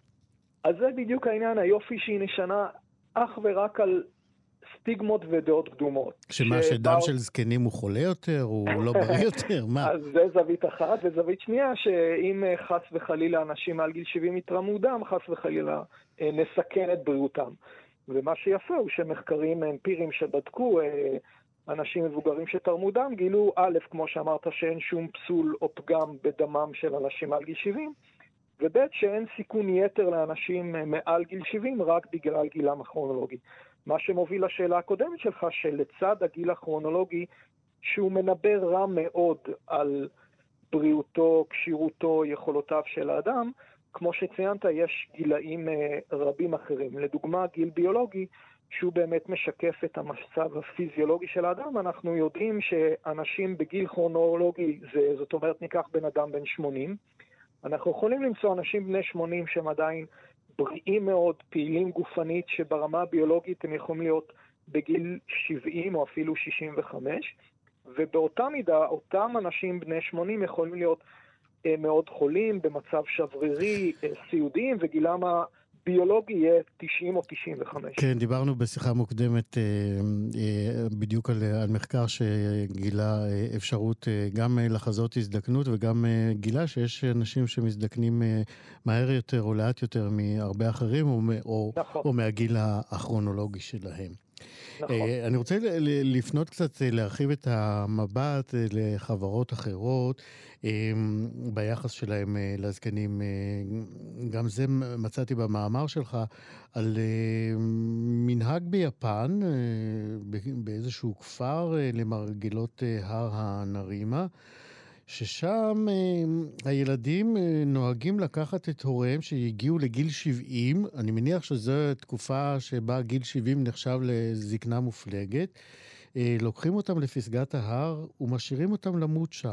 אז זה בדיוק העניין, היופי שהיא נשענה אך ורק על סטיגמות ודעות קדומות. שמה, שבא... שדם של זקנים הוא חולה יותר, הוא לא בריא יותר, מה? אז זה זווית אחת, וזווית שנייה, שאם חס וחלילה אנשים מעל גיל שבעים יתרמו דם, חס וחלילה נסכן את בריאותם. ומה שיפה הוא שמחקרים אמפיריים שבדקו אנשים מבוגרים שתרמו דם, גילו א', כמו שאמרת, שאין שום פסול או פגם בדמם של אנשים מעל גיל שבעים, וב' שאין סיכון יתר לאנשים מעל גיל שבעים רק בגלל גילם הכרונולוגי. מה שמוביל לשאלה הקודמת שלך, שלצד הגיל הכרונולוגי, שהוא מנבא רע מאוד על בריאותו, קשירותו, יכולותיו של האדם, כמו שציינת, יש גילאים רבים אחרים. לדוגמה, גיל ביולוגי, שהוא באמת משקף את המצב הפיזיולוגי של האדם. אנחנו יודעים שאנשים בגיל כרונולוגי, זה, זאת אומרת, ניקח בן אדם בן שמונים, אנחנו יכולים למצוא אנשים בני שמונים שהם עדיין בריאים מאוד, פעילים גופנית, שברמה הביולוגית הם יכולים להיות בגיל שבעים או אפילו שישים וחמש, ובאותה מידה, אותם אנשים בני שמונים יכולים להיות אה, מאוד חולים, במצב שברירי, אה, סיעודיים, וגילם הביולוגי יהיה תשעים או תשעים וחמש. כן, דיברנו בשיחה מוקדמת אה, אה, בדיוק על, על מחקר שגילה אה, אפשרות אה, גם אה, לחזות הזדקנות, וגם אה, גילה שיש אנשים שמזדקנים אה, מהר יותר או לאט יותר מהרבה אחרים, או, או, נכון. או מהגיל הכרונולוגי שלהם. נכון. אה, אני רוצה ל- לפנות קצת, להרחיב את המבט אה, לחברות אחרות, ביחס שלהם לזקנים. גם זה מצאתי במאמר שלך על מנהג ביפן, באיזשהו כפר למרגלות הר הנרימה, ששם הילדים נוהגים לקחת את הוריהם שהגיעו לגיל שבעים, אני מניח שזו תקופה שבה גיל שבעים נחשב לזקנה מופלגת, לוקחים אותם לפסגת ההר ומשאירים אותם למות שם.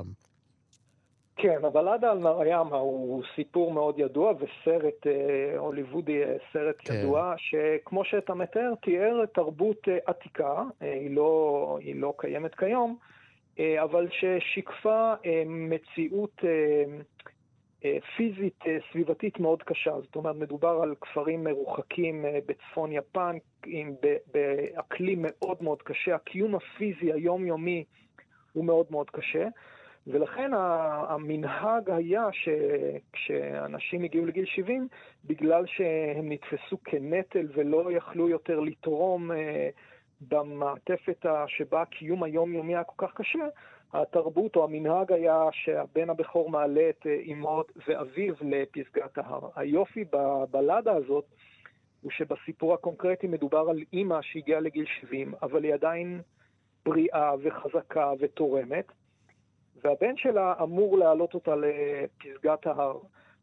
כן, אבל עד על נרימה הוא סיפור מאוד ידוע, וסרט אה, הוליוודי, סרט כן. ידוע, שכמו שאתה מתאר, תיאר תרבות אה, עתיקה, אה, היא, לא, היא לא קיימת כיום, אה, אבל ששיקפה אה, מציאות אה, אה, פיזית, אה, סביבתית מאוד קשה. זאת אומרת, מדובר על כפרים מרוחקים אה, בצפון יפן, עם, באקלים מאוד מאוד קשה, הקיום הפיזי היומיומי הוא מאוד מאוד קשה, ולכן המנהג היה שכשאנשים הגיעו לגיל שבעים, בגלל שהם נתפסו כנטל ולא יכלו יותר לתרום במעטפת שבה הקיום היומיומי היה כל כך קשה, התרבות או המנהג היה שהבן הבכור מעלה את אמו ואביו לפסגת ההר. היופי בבלדה הזאת הוא שבסיפור הקונקרטי מדובר על אמא שהגיעה לגיל שבעים, אבל היא עדיין בריאה וחזקה ותורמת, והבן שלה אמור להעלות אותה לפסגת ההר.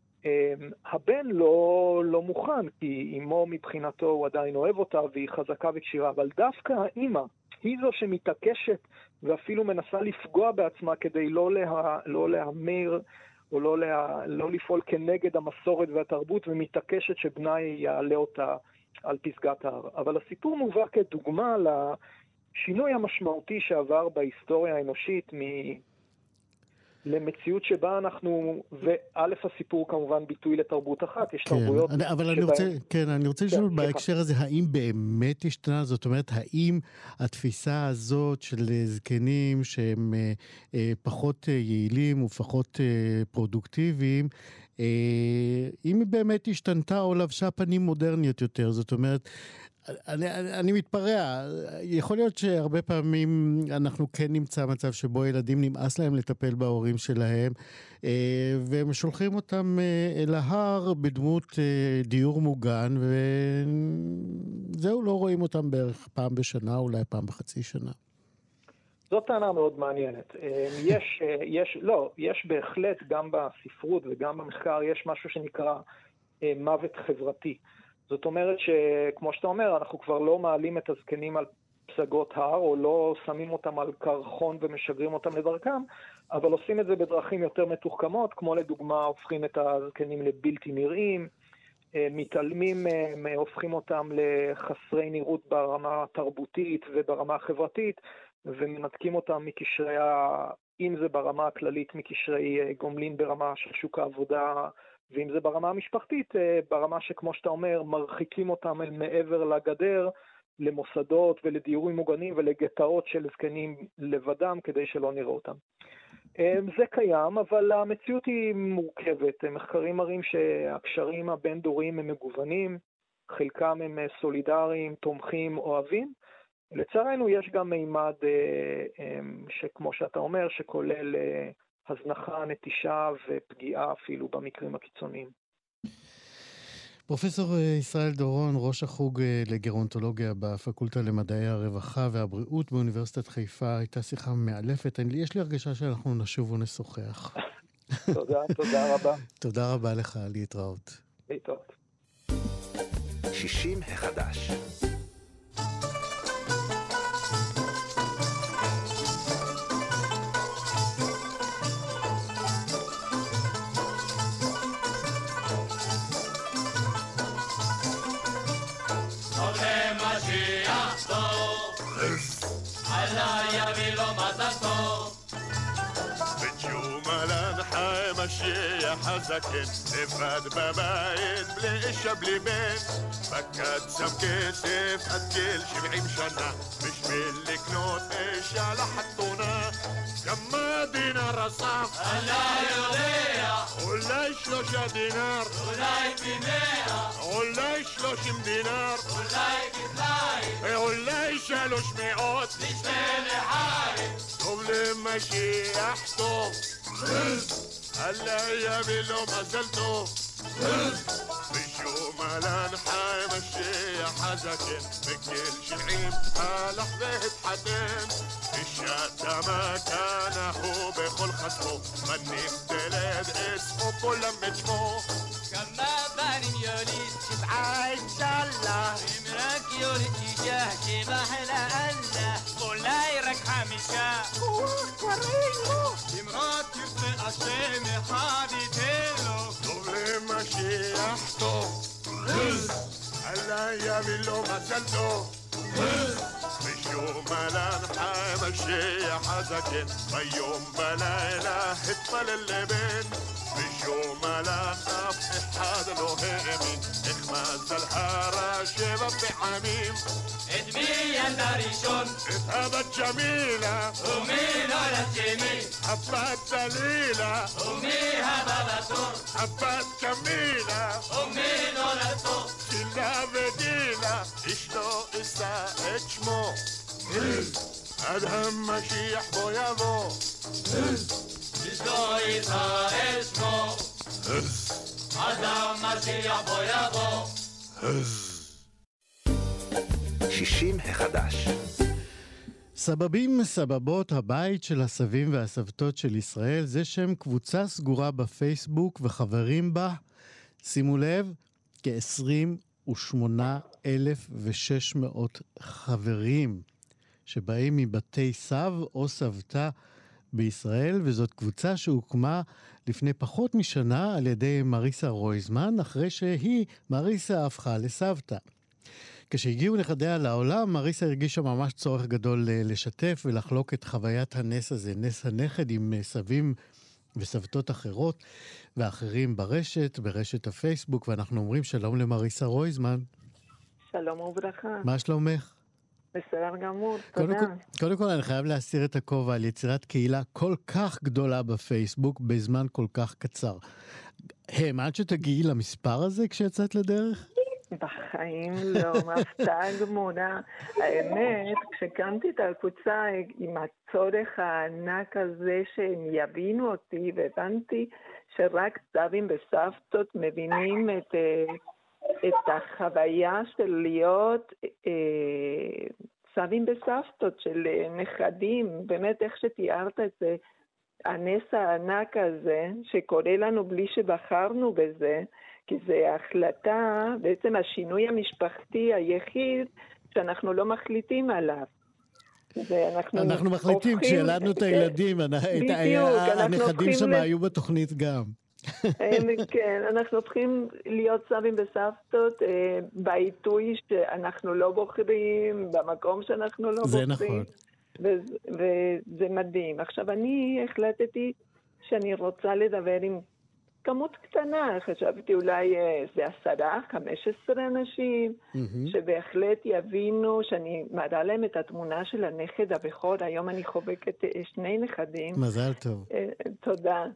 הבן לא, לא מוכן, כי אמו מבחינתו הוא עדיין אוהב אותה והיא חזקה וקשירה, אבל דווקא האמא היא זו שמתעקשת ואפילו מנסה לפגוע בעצמה כדי לא, לה, לא להמיר או לא, לה, לא לפעול כנגד המסורת והתרבות, ומתעקשת שבנה יעלה אותה על פסגת ההר. אבל הסיפור מובא כדוגמה לשינוי המשמעותי שעבר בהיסטוריה האנושית מ... למציאות שבה אנחנו, וא' הסיפור כמובן ביטוי לתרבות אחת, יש כן, תרבויות אני, אבל שבהם... אני רוצה, כן, אני רוצה לשאול כן, בהקשר הזה, האם באמת השתנה? זאת אומרת, האם התפיסה הזאת של זקנים שהם אה, אה, פחות אה, יעילים ופחות אה, פרודוקטיביים, אה, אם היא באמת השתנתה או לבשה פנים מודרניות יותר, זאת אומרת, אני, אני, אני מתפרע, יכול להיות שהרבה פעמים אנחנו כן נמצא מצב שבו ילדים נמאס להם לטפל בהורים שלהם, והם שולחים אותם אל ההר בדמות דיור מוגן, וזהו, לא רואים אותם בערך פעם בשנה, אולי פעם בחצי שנה. זאת טענה מאוד מעניינת. יש, יש, לא, יש בהחלט גם בספרות וגם במחקר, יש משהו שנקרא מוות חברתי. זאת אומרת שכמו שאתה אומר, אנחנו כבר לא מעלים את הזקנים על פסגות הר, או לא שמים אותם על קרחון ומשגרים אותם לדרכם, אבל עושים את זה בדרכים יותר מתוחכמות, כמו לדוגמה הופכים את הזקנים לבלתי נראים, מתעלמים, הופכים אותם לחסרי נראות ברמה התרבותית וברמה החברתית, ומנתקים אותם מקשרי, אם זה ברמה הכללית, מקשרי גומלין ברמה של שוק העבודה, ואם זה ברמה המשפחתית, ברמה שכמו שאתה אומר, מרחיקים אותם אל מעבר לגדר, למוסדות ולדיורים מוגנים ולגטאות של זקנים לבדם, כדי שלא נראה אותם. זה קיים, אבל המציאות היא מורכבת. מחקרים מראים שהקשרים הבין-דוריים הם מגוונים, חלקם הם סולידריים, תומכים, אוהבים. לצערנו יש גם מימד שכמו שאתה אומר, שכולל הזנחה, נטישה ופגיעה אפילו במקרים הקיצוניים. פרופסור ישראל דורון, ראש החוג לגרונטולוגיה בפקולטה למדעי הרווחה והבריאות באוניברסיטת חיפה, הייתה שיחה מאלפת. יש לי הרגשה שאנחנו נשוב ונשוחח. תודה, תודה רבה. תודה רבה לך, להתראות. להתראות. שישים החדש. חזקן, לבד בבית, בלי אישה בלי בן, פקד שם כסף עד גיל שבעים שנה, בשביל לקנות אישה לחתונה. כמה דינר אסף? אני יודע. אולי שלושה דינר? אולי במאה? אולי שלושים דינר? אולי כתליים? אולי שלוש מאות? לשתי לחיים. טוב למשיח טוב. هلا يا بلو ما زلتو بشو مالان حاي مشي حزكن بكل شنعيم هالحظة حدين الشاتا ما كان هو بكل خصمه مني بتلد اسمه كل مجمو كما باني يوليد شبعا إن شاء الله إمراك يوليد تجاه شباحنا الله مولاي رك حمشا كوك ورينو إمراك يبطي أشيمي حابيتينو دولي مشيح طو هلا يا بلو ما زلتو مشو ملان حام الشيح حزكن بيوم بلايلا هتفل اللبن مشو ملان أفح حاد له هيمين اخماز الحارة شباب بحميم ادمي يا داريشون اتهبت جميلة ومين ولا جميل حبات دليلة وميها بلاتور حبات جميلة ومين ولا طور كلا بديلة اشتو اسا اجمو ادهم مشيح بو يابو اشتو اسا اجمو ادهم مشيح بو يابو שישים החדש. סבבים סבבות, הבית של הסבים והסבתות של ישראל, זה שם קבוצה סגורה בפייסבוק וחברים בה, שימו לב, כ-עשרים ושמונה אלף ושש מאות חברים שבאים מבתי סב או סבתא בישראל, וזאת קבוצה שהוקמה לפני פחות משנה על ידי מריסה רויזמן, אחרי שהיא, מריסה, הפכה לסבתא. כשהגיעו נכדיה לעולם, מריסה הרגישה ממש צורך גדול לשתף ולחלוק את חוויית הנס הזה, נס הנכד עם סבים וסבתות אחרות ואחרים ברשת, ברשת הפייסבוק, ואנחנו אומרים שלום למריסה רויזמן. שלום וברכה. מה שלומך? בסדר גמור, קודם תודה. כל, קודם כל אני חייב להסיר את הכובע על יצירת קהילה כל כך גדולה בפייסבוק בזמן כל כך קצר. האמנת שתגיעי למספר הזה כשיצאת לדרך? בחיים לא, הפתעה גמורה. האמת, כשקמתי את הקבוצה עם הצורך הענק הזה שהם יבינו אותי, והבנתי שרק סבים וסבתות מבינים את, את החוויה של להיות אה, סבים וסבתות, של נכדים, באמת איך שתיארת את זה, הנס הענק הזה שקורה לנו בלי שבחרנו בזה, כי זה ההחלטה, בעצם השינוי המשפחתי היחיד שאנחנו לא מחליטים עליו. אנחנו, אנחנו מחליטים כשילדנו את הילדים, הנכדים שם היו בתוכנית גם. כן, אנחנו הופכים להיות סבים וסבתות בעיתוי שאנחנו לא בוחרים, במקום שאנחנו לא בוחרים. זה נכון. וזה מדהים. עכשיו, אני החלטתי שאני רוצה לדבר עם כמות קטנה, חשבתי אולי זה עשרה, חמש עשרה אנשים, mm-hmm. שבהחלט יבינו שאני מראה להם את התמונה של הנכד הבכור, היום אני חובקת שני נכדים. מזל טוב. תודה.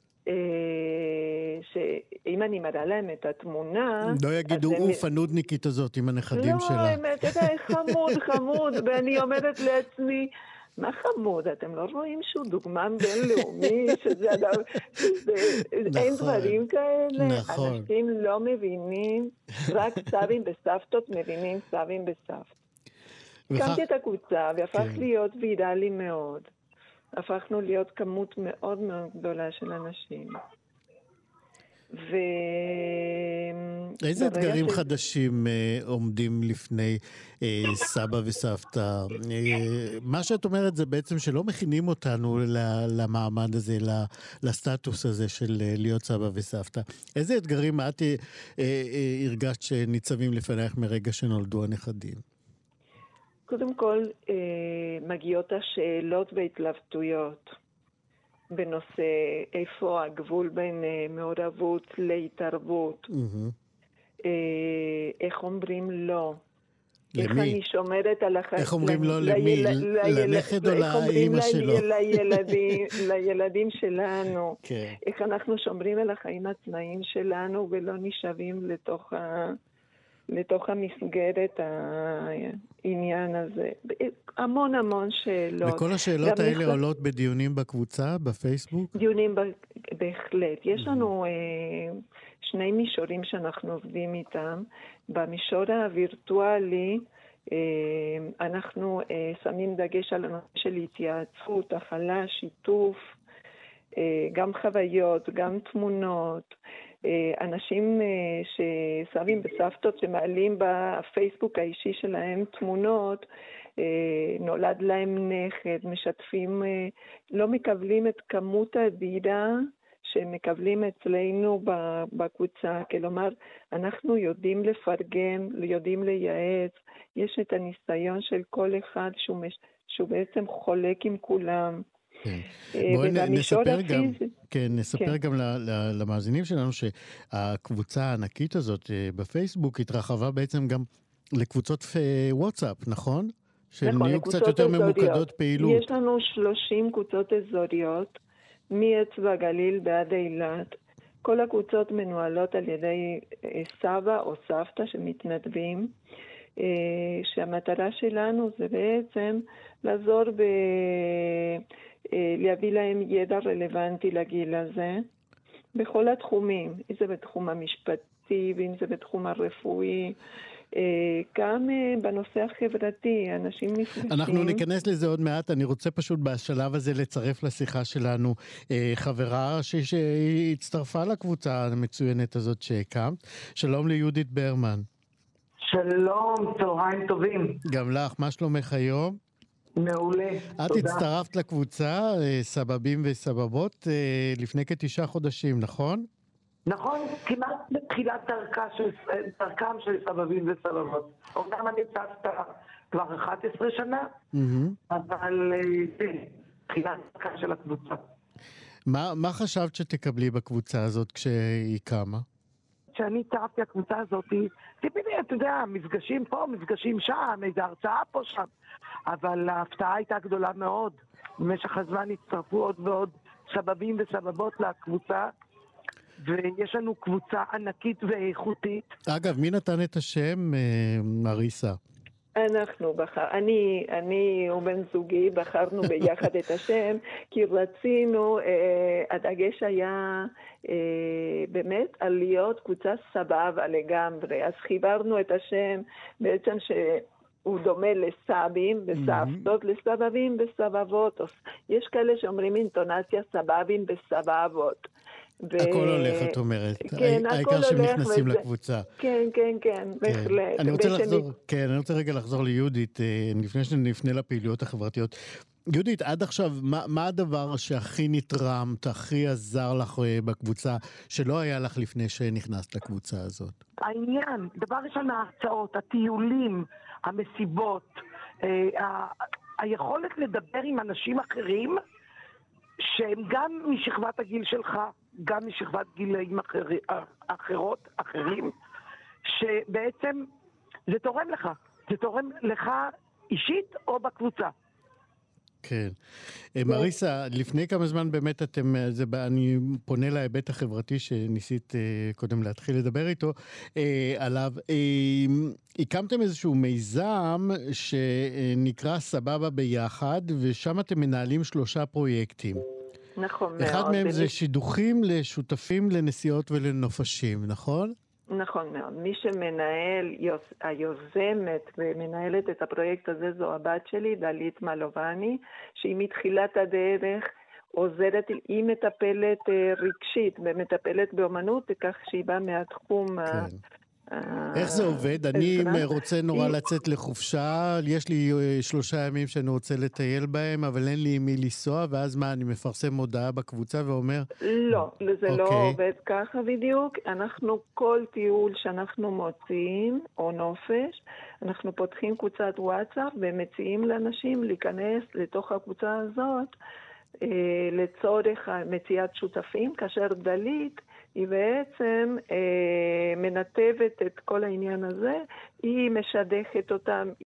שאם אני מראה להם את התמונה... לא יגידו, אוף, הנודניקית הזאת עם הנכדים שלה. לא, האמת, זה חמוד, חמוד, ואני אומרת לעצמי, מה חמוד? אתם לא רואים שהוא דוגמן בינלאומי, שזה אין דברים כאלה? נכון. אנשים לא מבינים, רק סבים וסבתות מבינים סבים וסבתות. קמתי את הקבוצה והפך להיות ויראלי מאוד. הפכנו להיות כמות מאוד מאוד גדולה של אנשים. ו... איזה אתגרים ש... חדשים uh, עומדים לפני uh, סבא וסבתא? Uh, מה שאת אומרת זה בעצם שלא מכינים אותנו למעמד הזה, לסטטוס הזה של uh, להיות סבא וסבתא. איזה אתגרים את uh, uh, הרגשת שניצבים לפנייך מרגע שנולדו הנכדים? קודם כל, אה, מגיעות השאלות והתלבטויות בנושא איפה הגבול בין אה, מעורבות להתערבות. Mm-hmm. אה, איך אומרים לא? למי? איך אני שומרת על החיים? איך אומרים לא למי? לנכד או לאמא שלו? לילדים, לילדים שלנו. כן. איך אנחנו שומרים על החיים העצמאיים שלנו ולא נשאבים לתוך ה... לתוך המסגרת העניין הזה. המון המון שאלות. וכל השאלות האלה נכנס... עולות בדיונים בקבוצה, בפייסבוק? דיונים ב... בהחלט. יש לנו אה, שני מישורים שאנחנו עובדים איתם. במישור הווירטואלי, אה, אנחנו אה, שמים דגש על הנושא של התייעצות, הכלה, שיתוף, אה, גם חוויות, גם תמונות, אנשים שסבים וסבתות שמעלים בפייסבוק האישי שלהם תמונות, נולד להם נכד, משתפים, לא מקבלים את כמות האדירה שמקבלים אצלנו בקבוצה. כלומר, אנחנו יודעים לפרגן, יודעים לייעץ, יש את הניסיון של כל אחד שהוא, מש, שהוא בעצם חולק עם כולם. כן. בואי נספר גם, כן, נספר גם למאזינים שלנו שהקבוצה הענקית הזאת בפייסבוק התרחבה בעצם גם לקבוצות וואטסאפ, נכון? שנהיו קצת יותר ממוקדות פעילות. יש לנו שלושים קבוצות אזוריות, מאצבע הגליל ועד אילת. כל הקבוצות מנוהלות על ידי סבא או סבתא שמתנדבים, שהמטרה שלנו זה בעצם לעזור ב... להביא להם ידע רלוונטי לגיל הזה, בכל התחומים, אם זה בתחום המשפטי, ואם זה בתחום הרפואי, גם בנושא החברתי, אנשים נפגשים. אנחנו ניכנס לזה עוד מעט, אני רוצה פשוט בשלב הזה לצרף לשיחה שלנו חברה שהצטרפה לקבוצה המצוינת הזאת שהקמת. שלום ליהודית ברמן. שלום, צהריים טובים. גם לך, מה שלומך היום? מעולה, את תודה. הצטרפת לקבוצה סבבים וסבבות לפני כתשעה חודשים, נכון? נכון, כמעט בתחילת דרכה של, דרכם של סבבים וסבבות. אומנם אני צפת כבר אחת עשרה שנה, mm-hmm. אבל כן, תחילת דרכה של הקבוצה. מה, מה חשבת שתקבלי בקבוצה הזאת כשהיא קמה? כשאני צרפתי הקבוצה הזאת, ציפיתי, אתה יודע, מפגשים פה, מפגשים שם, איזו הרצאה פה שם, אבל ההפתעה הייתה גדולה מאוד. במשך הזמן הצטרפו עוד ועוד סבבים וסבבות לקבוצה, ויש לנו קבוצה ענקית ואיכותית. אגב, מי נתן את השם, מריסה? אנחנו בחר, אני, אני ובן זוגי בחרנו ביחד את השם, כי רצינו, אה, הדגש היה אה, באמת על להיות קבוצה סבבה לגמרי, אז חיברנו את השם בעצם שהוא דומה לסבים וסבתות, mm-hmm. לסבבים וסבבות, יש כאלה שאומרים אינטונציה סבבים וסבבות. ו... הכל הולך, את אומרת. כן, העיקר שהם נכנסים וזה... לקבוצה. כן, כן, כן, בהחלט. אני רוצה לחזור, כן, אני רוצה רגע לחזור ליהודית, לפני שנפנה לפעילויות החברתיות. יהודית, עד עכשיו, מה, מה הדבר שהכי נתרמת, הכי עזר לך בקבוצה, שלא היה לך לפני שנכנסת לקבוצה הזאת? העניין, דבר ראשון, ההרצאות, הטיולים, המסיבות, ה... היכולת לדבר עם אנשים אחרים, שהם גם משכבת הגיל שלך, גם משכבת גילאים אחר, אחרות, אחרים, שבעצם זה תורם לך. זה תורם לך אישית או בקבוצה. כן. מריסה, לפני כמה זמן באמת אתם, זה, אני פונה להיבט החברתי שניסית קודם להתחיל לדבר איתו עליו. הקמתם איזשהו מיזם שנקרא סבבה ביחד, ושם אתם מנהלים שלושה פרויקטים. נכון מאוד. אחד מהם זה שידוכים לשותפים לנסיעות ולנופשים, נכון? נכון מאוד. מי שמנהל, היוזמת ומנהלת את הפרויקט הזה זו הבת שלי, דלית מלובני, שהיא מתחילת הדרך עוזרת, היא מטפלת רגשית ומטפלת באומנות, כך שהיא באה מהתחום... כן. איך זה עובד? אני רוצה נורא לצאת לחופשה, יש לי שלושה ימים שאני רוצה לטייל בהם, אבל אין לי מי לנסוע, ואז מה, אני מפרסם הודעה בקבוצה ואומר... לא, זה לא עובד ככה בדיוק. אנחנו, כל טיול שאנחנו מוציאים, או נופש, אנחנו פותחים קבוצת וואטסאפ, ומציעים לאנשים להיכנס לתוך הקבוצה הזאת, לצורך מציאת שותפים, כאשר דלית, היא בעצם אה, מנתבת את כל העניין הזה, היא משדכת אותם,